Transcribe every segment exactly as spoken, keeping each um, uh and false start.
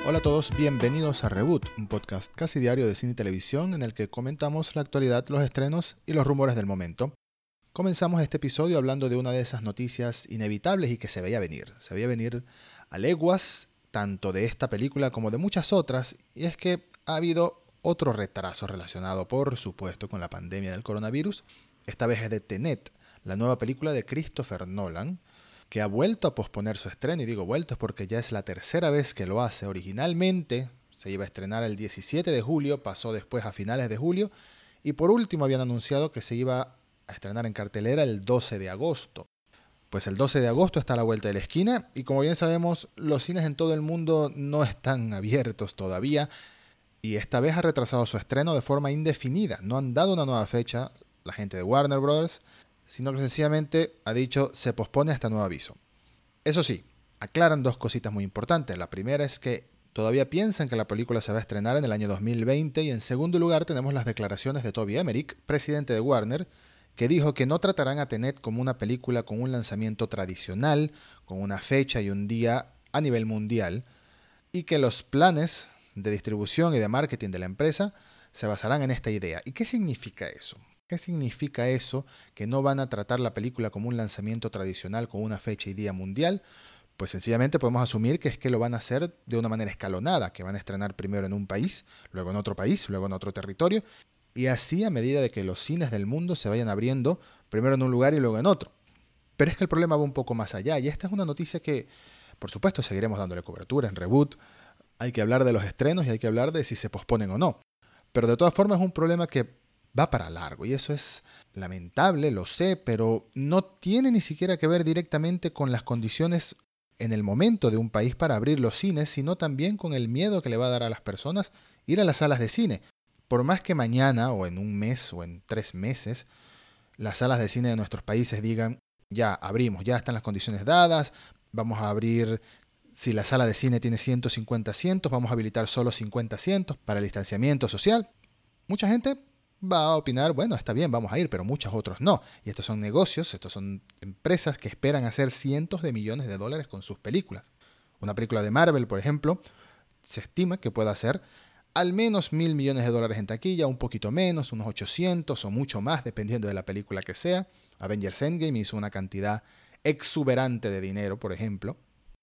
Hola a todos, bienvenidos a Reboot, un podcast casi diario de cine y televisión en el que comentamos la actualidad, los estrenos y los rumores del momento. Comenzamos este episodio hablando de una de esas noticias inevitables y que se veía venir. Se veía venir a leguas, tanto de esta película como de muchas otras, y es que ha habido otro retraso relacionado, por supuesto, con la pandemia del coronavirus. Esta vez es de Tenet, la nueva película de Christopher Nolan, que ha vuelto a posponer su estreno, y digo vuelto es porque ya es la tercera vez que lo hace. Originalmente se iba a estrenar el diecisiete de julio, pasó después a finales de julio, y por último habían anunciado que se iba a estrenar en cartelera el doce de agosto. Pues el doce de agosto está a la vuelta de la esquina, y como bien sabemos, los cines en todo el mundo no están abiertos todavía, y esta vez ha retrasado su estreno de forma indefinida. No han dado una nueva fecha la gente de Warner Bros., sino que sencillamente ha dicho se pospone hasta nuevo aviso. Eso sí, aclaran dos cositas muy importantes. La primera es que todavía piensan que la película se va a estrenar en el año dos mil veinte, y en segundo lugar tenemos las declaraciones de Toby Emmerich, presidente de Warner, que dijo que no tratarán a Tenet como una película con un lanzamiento tradicional, con una fecha y un día a nivel mundial, y que los planes de distribución y de marketing de la empresa se basarán en esta idea. ¿Y qué significa eso? ¿Qué significa eso? Que no van a tratar la película como un lanzamiento tradicional con una fecha y día mundial. Pues sencillamente podemos asumir que es que lo van a hacer de una manera escalonada, que van a estrenar primero en un país, luego en otro país, luego en otro territorio, y así a medida de que los cines del mundo se vayan abriendo, primero en un lugar y luego en otro. Pero es que el problema va un poco más allá, y esta es una noticia que, por supuesto, seguiremos dándole cobertura en Reboot. Hay que hablar de los estrenos y hay que hablar de si se posponen o no. Pero de todas formas es un problema que va para largo, y eso es lamentable, lo sé, pero no tiene ni siquiera que ver directamente con las condiciones en el momento de un país para abrir los cines, sino también con el miedo que le va a dar a las personas ir a las salas de cine. Por más que mañana o en un mes o en tres meses las salas de cine de nuestros países digan ya abrimos, ya están las condiciones dadas, vamos a abrir, si la sala de cine tiene ciento cincuenta asientos, vamos a habilitar solo cincuenta asientos para el distanciamiento social. Mucha gente va a opinar, bueno, está bien, vamos a ir, pero muchos otros no. Y estos son negocios, estos son empresas que esperan hacer cientos de millones de dólares con sus películas. Una película de Marvel, por ejemplo, se estima que pueda hacer al menos mil millones de dólares en taquilla, un poquito menos, unos ochocientos o mucho más, dependiendo de la película que sea. Avengers Endgame hizo una cantidad exuberante de dinero, por ejemplo.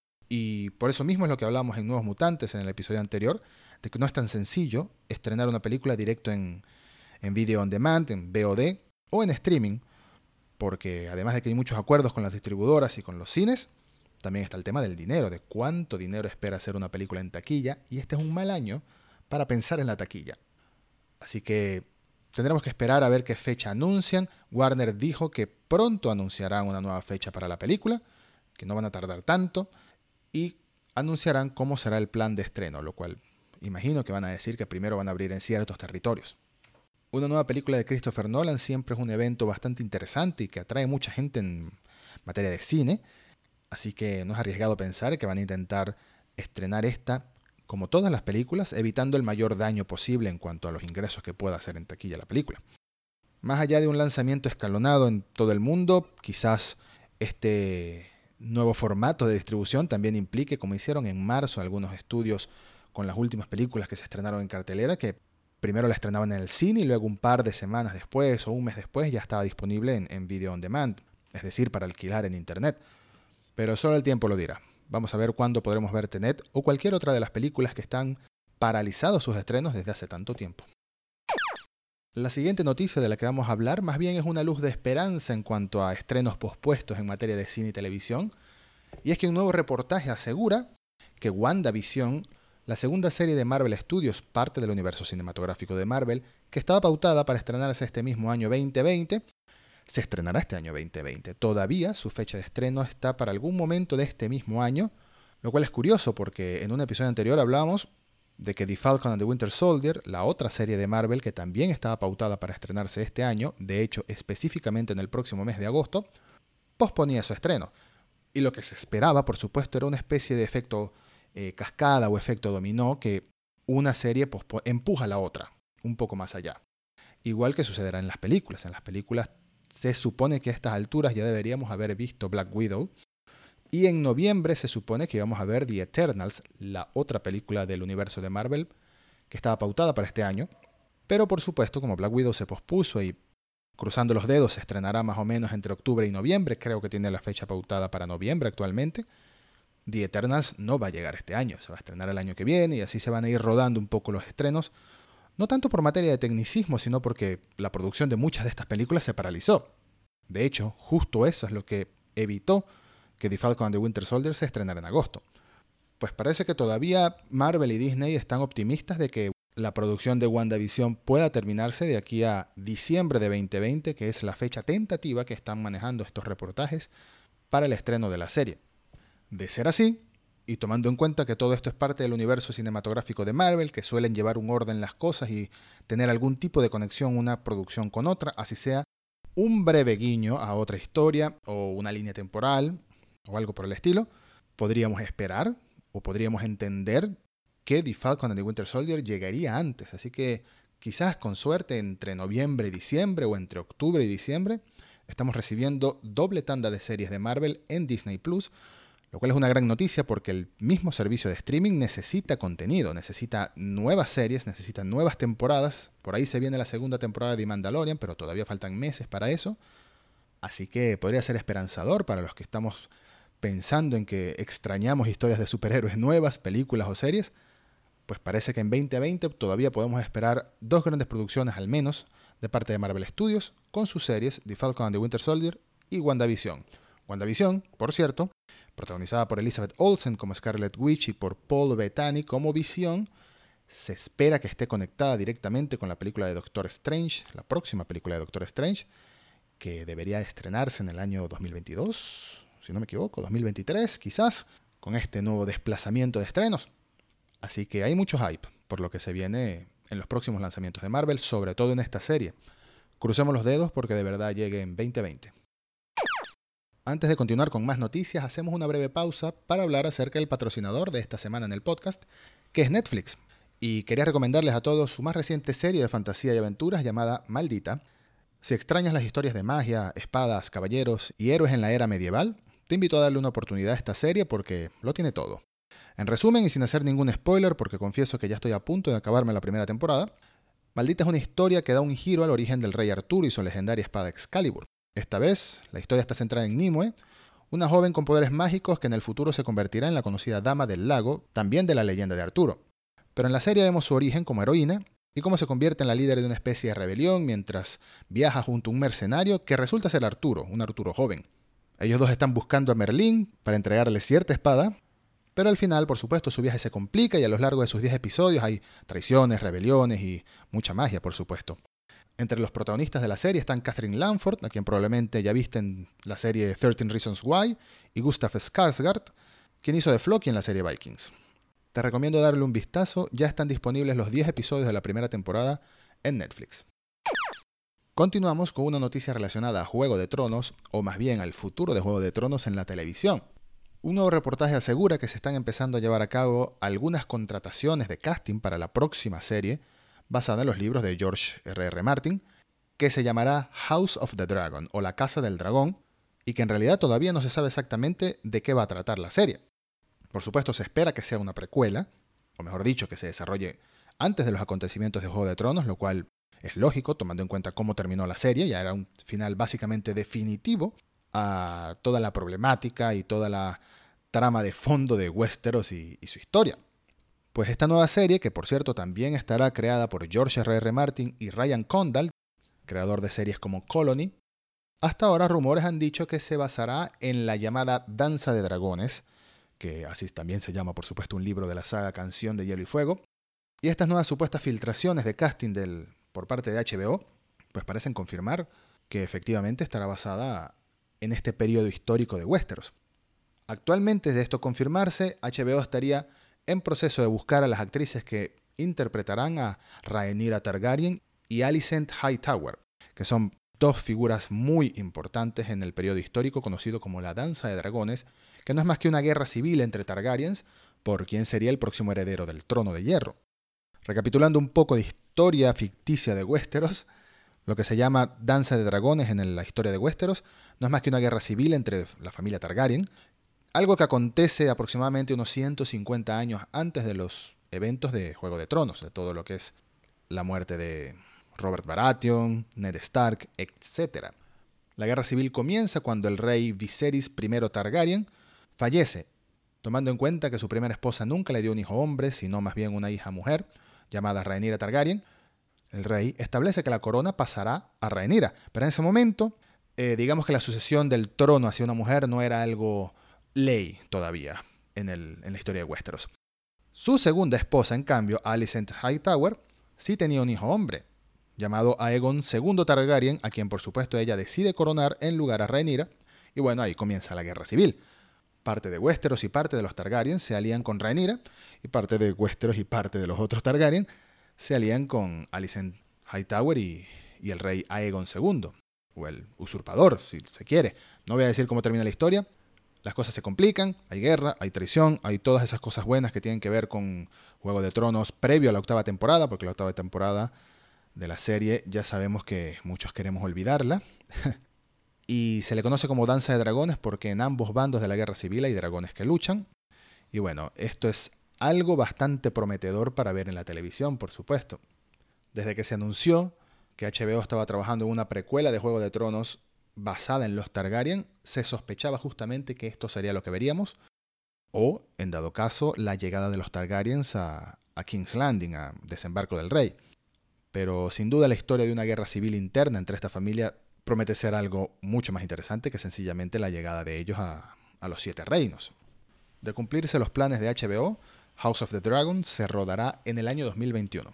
Y por eso mismo es lo que hablamos en Nuevos Mutantes en el episodio anterior, de que no es tan sencillo estrenar una película directo en en video on demand, en V O D o en streaming, porque además de que hay muchos acuerdos con las distribuidoras y con los cines, también está el tema del dinero, de cuánto dinero espera hacer una película en taquilla, y este es un mal año para pensar en la taquilla. Así que tendremos que esperar a ver qué fecha anuncian. Warner dijo que pronto anunciarán una nueva fecha para la película, que no van a tardar tanto, y anunciarán cómo será el plan de estreno, lo cual imagino que van a decir que primero van a abrir en ciertos territorios. Una nueva película de Christopher Nolan siempre es un evento bastante interesante y que atrae mucha gente en materia de cine, así que no es arriesgado pensar que van a intentar estrenar esta, como todas las películas, evitando el mayor daño posible en cuanto a los ingresos que pueda hacer en taquilla la película. Más allá de un lanzamiento escalonado en todo el mundo, quizás este nuevo formato de distribución también implique, como hicieron en marzo algunos estudios con las últimas películas que se estrenaron en cartelera, que primero la estrenaban en el cine y luego un par de semanas después o un mes después ya estaba disponible en, en video on demand, es decir, para alquilar en internet. Pero solo el tiempo lo dirá. Vamos a ver cuándo podremos ver Tenet o cualquier otra de las películas que están paralizados sus estrenos desde hace tanto tiempo. La siguiente noticia de la que vamos a hablar más bien es una luz de esperanza en cuanto a estrenos pospuestos en materia de cine y televisión, y es que un nuevo reportaje asegura que WandaVision, la segunda serie de Marvel Studios, parte del universo cinematográfico de Marvel, que estaba pautada para estrenarse este mismo año veinte veinte, se estrenará este año veinte veinte. Todavía su fecha de estreno está para algún momento de este mismo año, lo cual es curioso porque en un episodio anterior hablábamos de que The Falcon and the Winter Soldier, la otra serie de Marvel que también estaba pautada para estrenarse este año, de hecho específicamente en el próximo mes de agosto, posponía su estreno. Y lo que se esperaba, por supuesto, era una especie de efecto Eh, cascada o efecto dominó, que una serie pues, empuja a la otra un poco más allá. Igual que sucederá en las películas. En las películas se supone que a estas alturas ya deberíamos haber visto Black Widow, Y en noviembre se supone que íbamos a ver The Eternals, la otra película del universo de Marvel, que estaba pautada para este año. Pero por supuesto, como Black Widow se pospuso y cruzando los dedos se estrenará más o menos entre octubre y noviembre, creo que tiene la fecha pautada para noviembre actualmente, The Eternals no va a llegar este año, se va a estrenar el año que viene y así se van a ir rodando un poco los estrenos, no tanto por materia de tecnicismo, sino porque la producción de muchas de estas películas se paralizó. De hecho, justo eso es lo que evitó que The Falcon and the Winter Soldier se estrenara en agosto. Pues parece que todavía Marvel y Disney están optimistas de que la producción de WandaVision pueda terminarse de aquí a diciembre de veinte veinte, que es la fecha tentativa que están manejando estos reportajes para el estreno de la serie. De ser así, y tomando en cuenta que todo esto es parte del universo cinematográfico de Marvel, que suelen llevar un orden las cosas y tener algún tipo de conexión una producción con otra, así sea un breve guiño a otra historia o una línea temporal o algo por el estilo, podríamos esperar o podríamos entender que The Falcon and the Winter Soldier llegaría antes. Así que quizás con suerte entre noviembre y diciembre o entre octubre y diciembre estamos recibiendo doble tanda de series de Marvel en Disney Plus, lo cual es una gran noticia porque el mismo servicio de streaming necesita contenido, necesita nuevas series, necesita nuevas temporadas. Por ahí se viene la segunda temporada de The Mandalorian, pero todavía faltan meses para eso. Así que podría ser esperanzador para los que estamos pensando en que extrañamos historias de superhéroes nuevas, películas o series. Pues parece que en veinte veinte todavía podemos esperar dos grandes producciones al menos de parte de Marvel Studios con sus series The Falcon and the Winter Soldier y WandaVision. WandaVision, por cierto, protagonizada por Elizabeth Olsen como Scarlet Witch y por Paul Bettany como Visión, se espera que esté conectada directamente con la película de Doctor Strange, la próxima película de Doctor Strange, que debería estrenarse en el año dos mil veintidós, si no me equivoco, dos mil veintitrés quizás, con este nuevo desplazamiento de estrenos. Así que hay mucho hype por lo que se viene en los próximos lanzamientos de Marvel, sobre todo en esta serie. Crucemos los dedos porque de verdad llegue en veinte veinte. Antes de continuar con más noticias, hacemos una breve pausa para hablar acerca del patrocinador de esta semana en el podcast, que es Netflix. Y quería recomendarles a todos su más reciente serie de fantasía y aventuras llamada Maldita. Si extrañas las historias de magia, espadas, caballeros y héroes en la era medieval, te invito a darle una oportunidad a esta serie porque lo tiene todo. En resumen, y sin hacer ningún spoiler, porque confieso que ya estoy a punto de acabarme la primera temporada, Maldita es una historia que da un giro al origen del rey Arturo y su legendaria espada Excalibur. Esta vez, la historia está centrada en Nimue, una joven con poderes mágicos que en el futuro se convertirá en la conocida Dama del Lago, también de la leyenda de Arturo. Pero en la serie vemos su origen como heroína y cómo se convierte en la líder de una especie de rebelión mientras viaja junto a un mercenario que resulta ser Arturo, un Arturo joven. Ellos dos están buscando a Merlín para entregarle cierta espada, pero al final, por supuesto, su viaje se complica y a lo largo de sus diez episodios hay traiciones, rebeliones y mucha magia, por supuesto. Entre los protagonistas de la serie están Catherine Langford, a quien probablemente ya viste en la serie trece Reasons Why, y Gustav Skarsgård, quien hizo de Floki en la serie Vikings. Te recomiendo darle un vistazo, ya están disponibles los diez episodios de la primera temporada en Netflix. Continuamos con una noticia relacionada a Juego de Tronos, o más bien al futuro de Juego de Tronos en la televisión. Un nuevo reportaje asegura que se están empezando a llevar a cabo algunas contrataciones de casting para la próxima serie, basada en los libros de George erre erre Martin, que se llamará House of the Dragon, o La Casa del Dragón, y que en realidad todavía no se sabe exactamente de qué va a tratar la serie. Por supuesto, se espera que sea una precuela, o mejor dicho, que se desarrolle antes de los acontecimientos de Juego de Tronos, lo cual es lógico, tomando en cuenta cómo terminó la serie, ya era un final básicamente definitivo a toda la problemática y toda la trama de fondo de Westeros y, y su historia. Pues esta nueva serie, que por cierto también estará creada por George erre erre Martin y Ryan Condal, creador de series como Colony, hasta ahora rumores han dicho que se basará en la llamada Danza de Dragones, que así también se llama por supuesto un libro de la saga Canción de Hielo y Fuego, y estas nuevas supuestas filtraciones de casting del, por parte de hache be o, pues parecen confirmar que efectivamente estará basada en este periodo histórico de Westeros. Actualmente, de esto confirmarse, hache be o estaría en proceso de buscar a las actrices que interpretarán a Rhaenyra Targaryen y Alicent Hightower, que son dos figuras muy importantes en el periodo histórico conocido como la Danza de Dragones, que no es más que una guerra civil entre Targaryens por quién sería el próximo heredero del Trono de Hierro. Recapitulando un poco de historia ficticia de Westeros, lo que se llama Danza de Dragones en la historia de Westeros no es más que una guerra civil entre la familia Targaryen, Algo que acontece aproximadamente unos ciento cincuenta años antes de los eventos de Juego de Tronos, de todo lo que es la muerte de Robert Baratheon, Ned Stark, etcétera. La guerra civil comienza cuando el rey Viserys I Targaryen fallece, tomando en cuenta que su primera esposa nunca le dio un hijo hombre, sino más bien una hija mujer, llamada Rhaenyra Targaryen. El rey establece que la corona pasará a Rhaenyra, pero en ese momento, eh, digamos que la sucesión del trono hacia una mujer no era algo ley todavía en, el, en la historia de Westeros. Su segunda esposa, en cambio, Alicent Hightower, sí tenía un hijo hombre, llamado Aegon segundo Targaryen, a quien por supuesto ella decide coronar en lugar a Rhaenyra, y bueno, ahí comienza la guerra civil. Parte de Westeros y parte de los Targaryen se alían con Rhaenyra, y parte de Westeros y parte de los otros Targaryen se alían con Alicent Hightower y, y el rey Aegon segundo, o el usurpador, si se quiere. No voy a decir cómo termina la historia. Las cosas se complican, hay guerra, hay traición, hay todas esas cosas buenas que tienen que ver con Juego de Tronos previo a la octava temporada, porque la octava temporada de la serie ya sabemos que muchos queremos olvidarla. Y se le conoce como Danza de Dragones porque en ambos bandos de la guerra civil hay dragones que luchan. Y bueno, esto es algo bastante prometedor para ver en la televisión, por supuesto. Desde que se anunció que H B O estaba trabajando en una precuela de Juego de Tronos basada en los Targaryen, se sospechaba justamente que esto sería lo que veríamos, o, en dado caso, la llegada de los Targaryens a, a King's Landing, a Desembarco del Rey. Pero sin duda la historia de una guerra civil interna entre esta familia promete ser algo mucho más interesante que sencillamente la llegada de ellos a, a los Siete Reinos. De cumplirse los planes de H B O, House of the Dragon se rodará en el año dos mil veintiuno.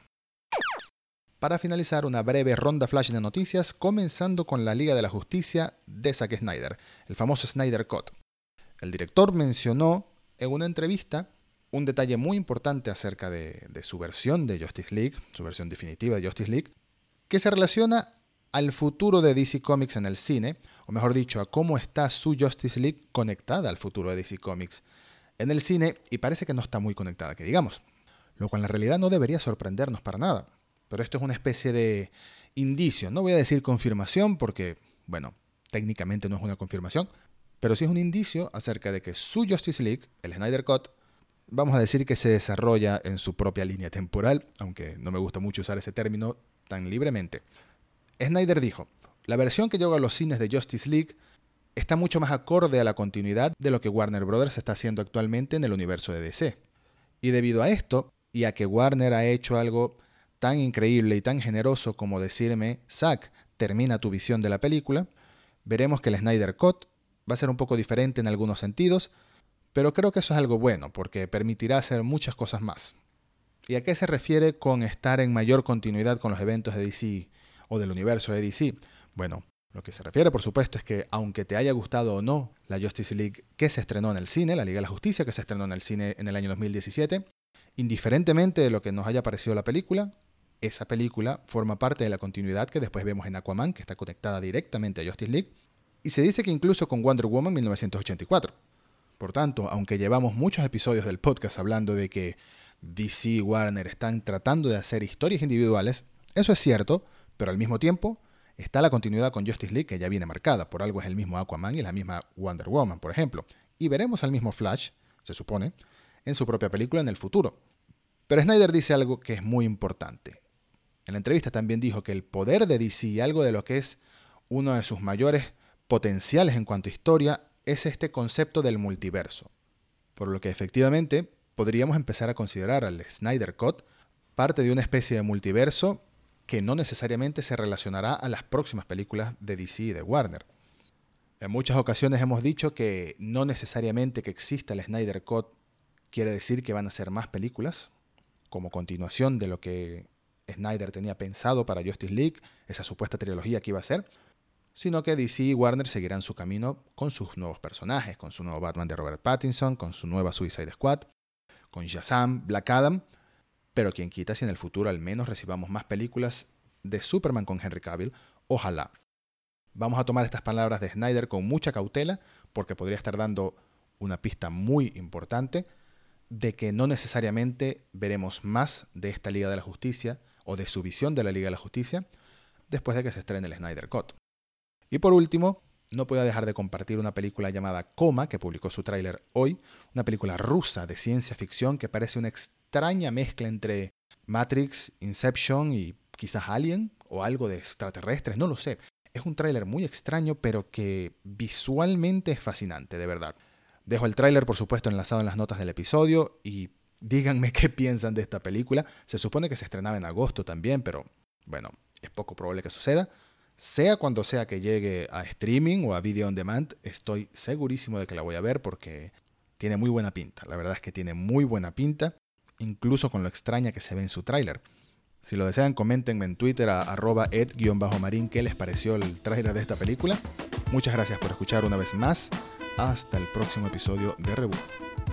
Para finalizar, una breve ronda flash de noticias, comenzando con la Liga de la Justicia de Zack Snyder, el famoso Snyder Cut. El director mencionó en una entrevista un detalle muy importante acerca de, de su versión de Justice League, su versión definitiva de Justice League, que se relaciona al futuro de D C Comics en el cine, o mejor dicho, a cómo está su Justice League conectada al futuro de D C Comics en el cine, y parece que no está muy conectada, que digamos, lo cual en realidad no debería sorprendernos para nada. Pero esto es una especie de indicio. No voy a decir confirmación porque, bueno, técnicamente no es una confirmación, pero sí es un indicio acerca de que su Justice League, el Snyder Cut, vamos a decir que se desarrolla en su propia línea temporal, aunque no me gusta mucho usar ese término tan libremente. Snyder dijo, la versión que llega a los cines de Justice League está mucho más acorde a la continuidad de lo que Warner Brothers está haciendo actualmente en el universo de D C. Y debido a esto, y a que Warner ha hecho algo tan increíble y tan generoso como decirme, Zack, termina tu visión de la película, veremos que el Snyder Cut va a ser un poco diferente en algunos sentidos, pero creo que eso es algo bueno, porque permitirá hacer muchas cosas más. ¿Y a qué se refiere con estar en mayor continuidad con los eventos de D C o del universo de D C? Bueno, lo que se refiere, por supuesto, es que aunque te haya gustado o no la Justice League que se estrenó en el cine, la Liga de la Justicia que se estrenó en el cine en el año dos mil diecisiete, indiferentemente de lo que nos haya parecido la película, esa película forma parte de la continuidad que después vemos en Aquaman, que está conectada directamente a Justice League, y se dice que incluso con Wonder Woman mil novecientos ochenta y cuatro. Por tanto, aunque llevamos muchos episodios del podcast hablando de que D C y Warner están tratando de hacer historias individuales, eso es cierto, pero al mismo tiempo está la continuidad con Justice League que ya viene marcada, por algo es el mismo Aquaman y la misma Wonder Woman, por ejemplo, y veremos al mismo Flash, se supone, en su propia película en el futuro. Pero Snyder dice algo que es muy importante. En la entrevista también dijo que el poder de D C y algo de lo que es uno de sus mayores potenciales en cuanto a historia es este concepto del multiverso. Por lo que efectivamente podríamos empezar a considerar al Snyder Cut parte de una especie de multiverso que no necesariamente se relacionará a las próximas películas de D C y de Warner. En muchas ocasiones hemos dicho que no necesariamente que exista el Snyder Cut quiere decir que van a ser más películas, como continuación de lo que Snyder tenía pensado para Justice League, esa supuesta trilogía que iba a ser, sino que D C y Warner seguirán su camino con sus nuevos personajes, con su nuevo Batman de Robert Pattinson, con su nueva Suicide Squad, con Shazam, Black Adam, pero quien quita si en el futuro al menos recibamos más películas de Superman con Henry Cavill, ojalá. Vamos a tomar estas palabras de Snyder con mucha cautela, porque podría estar dando una pista muy importante de que no necesariamente veremos más de esta Liga de la Justicia o de su visión de la Liga de la Justicia después de que se estrene el Snyder Cut. Y por último, no podía dejar de compartir una película llamada Coma, que publicó su tráiler hoy, una película rusa de ciencia ficción que parece una extraña mezcla entre Matrix, Inception y quizás Alien o algo de extraterrestres, no lo sé. Es un tráiler muy extraño, pero que visualmente es fascinante, de verdad. Dejo el tráiler, por supuesto, enlazado en las notas del episodio y díganme qué piensan de esta película. Se supone que se estrenaba en agosto también, pero bueno, es poco probable que suceda. Sea cuando sea que llegue a streaming o a video on demand, estoy segurísimo de que la voy a ver porque tiene muy buena pinta. La verdad es que tiene muy buena pinta, incluso con lo extraña que se ve en su tráiler. Si lo desean, coméntenme en Twitter a arroba ed guión bajo marín qué les pareció el tráiler de esta película. Muchas gracias por escuchar una vez más. Hasta el próximo episodio de Reboot.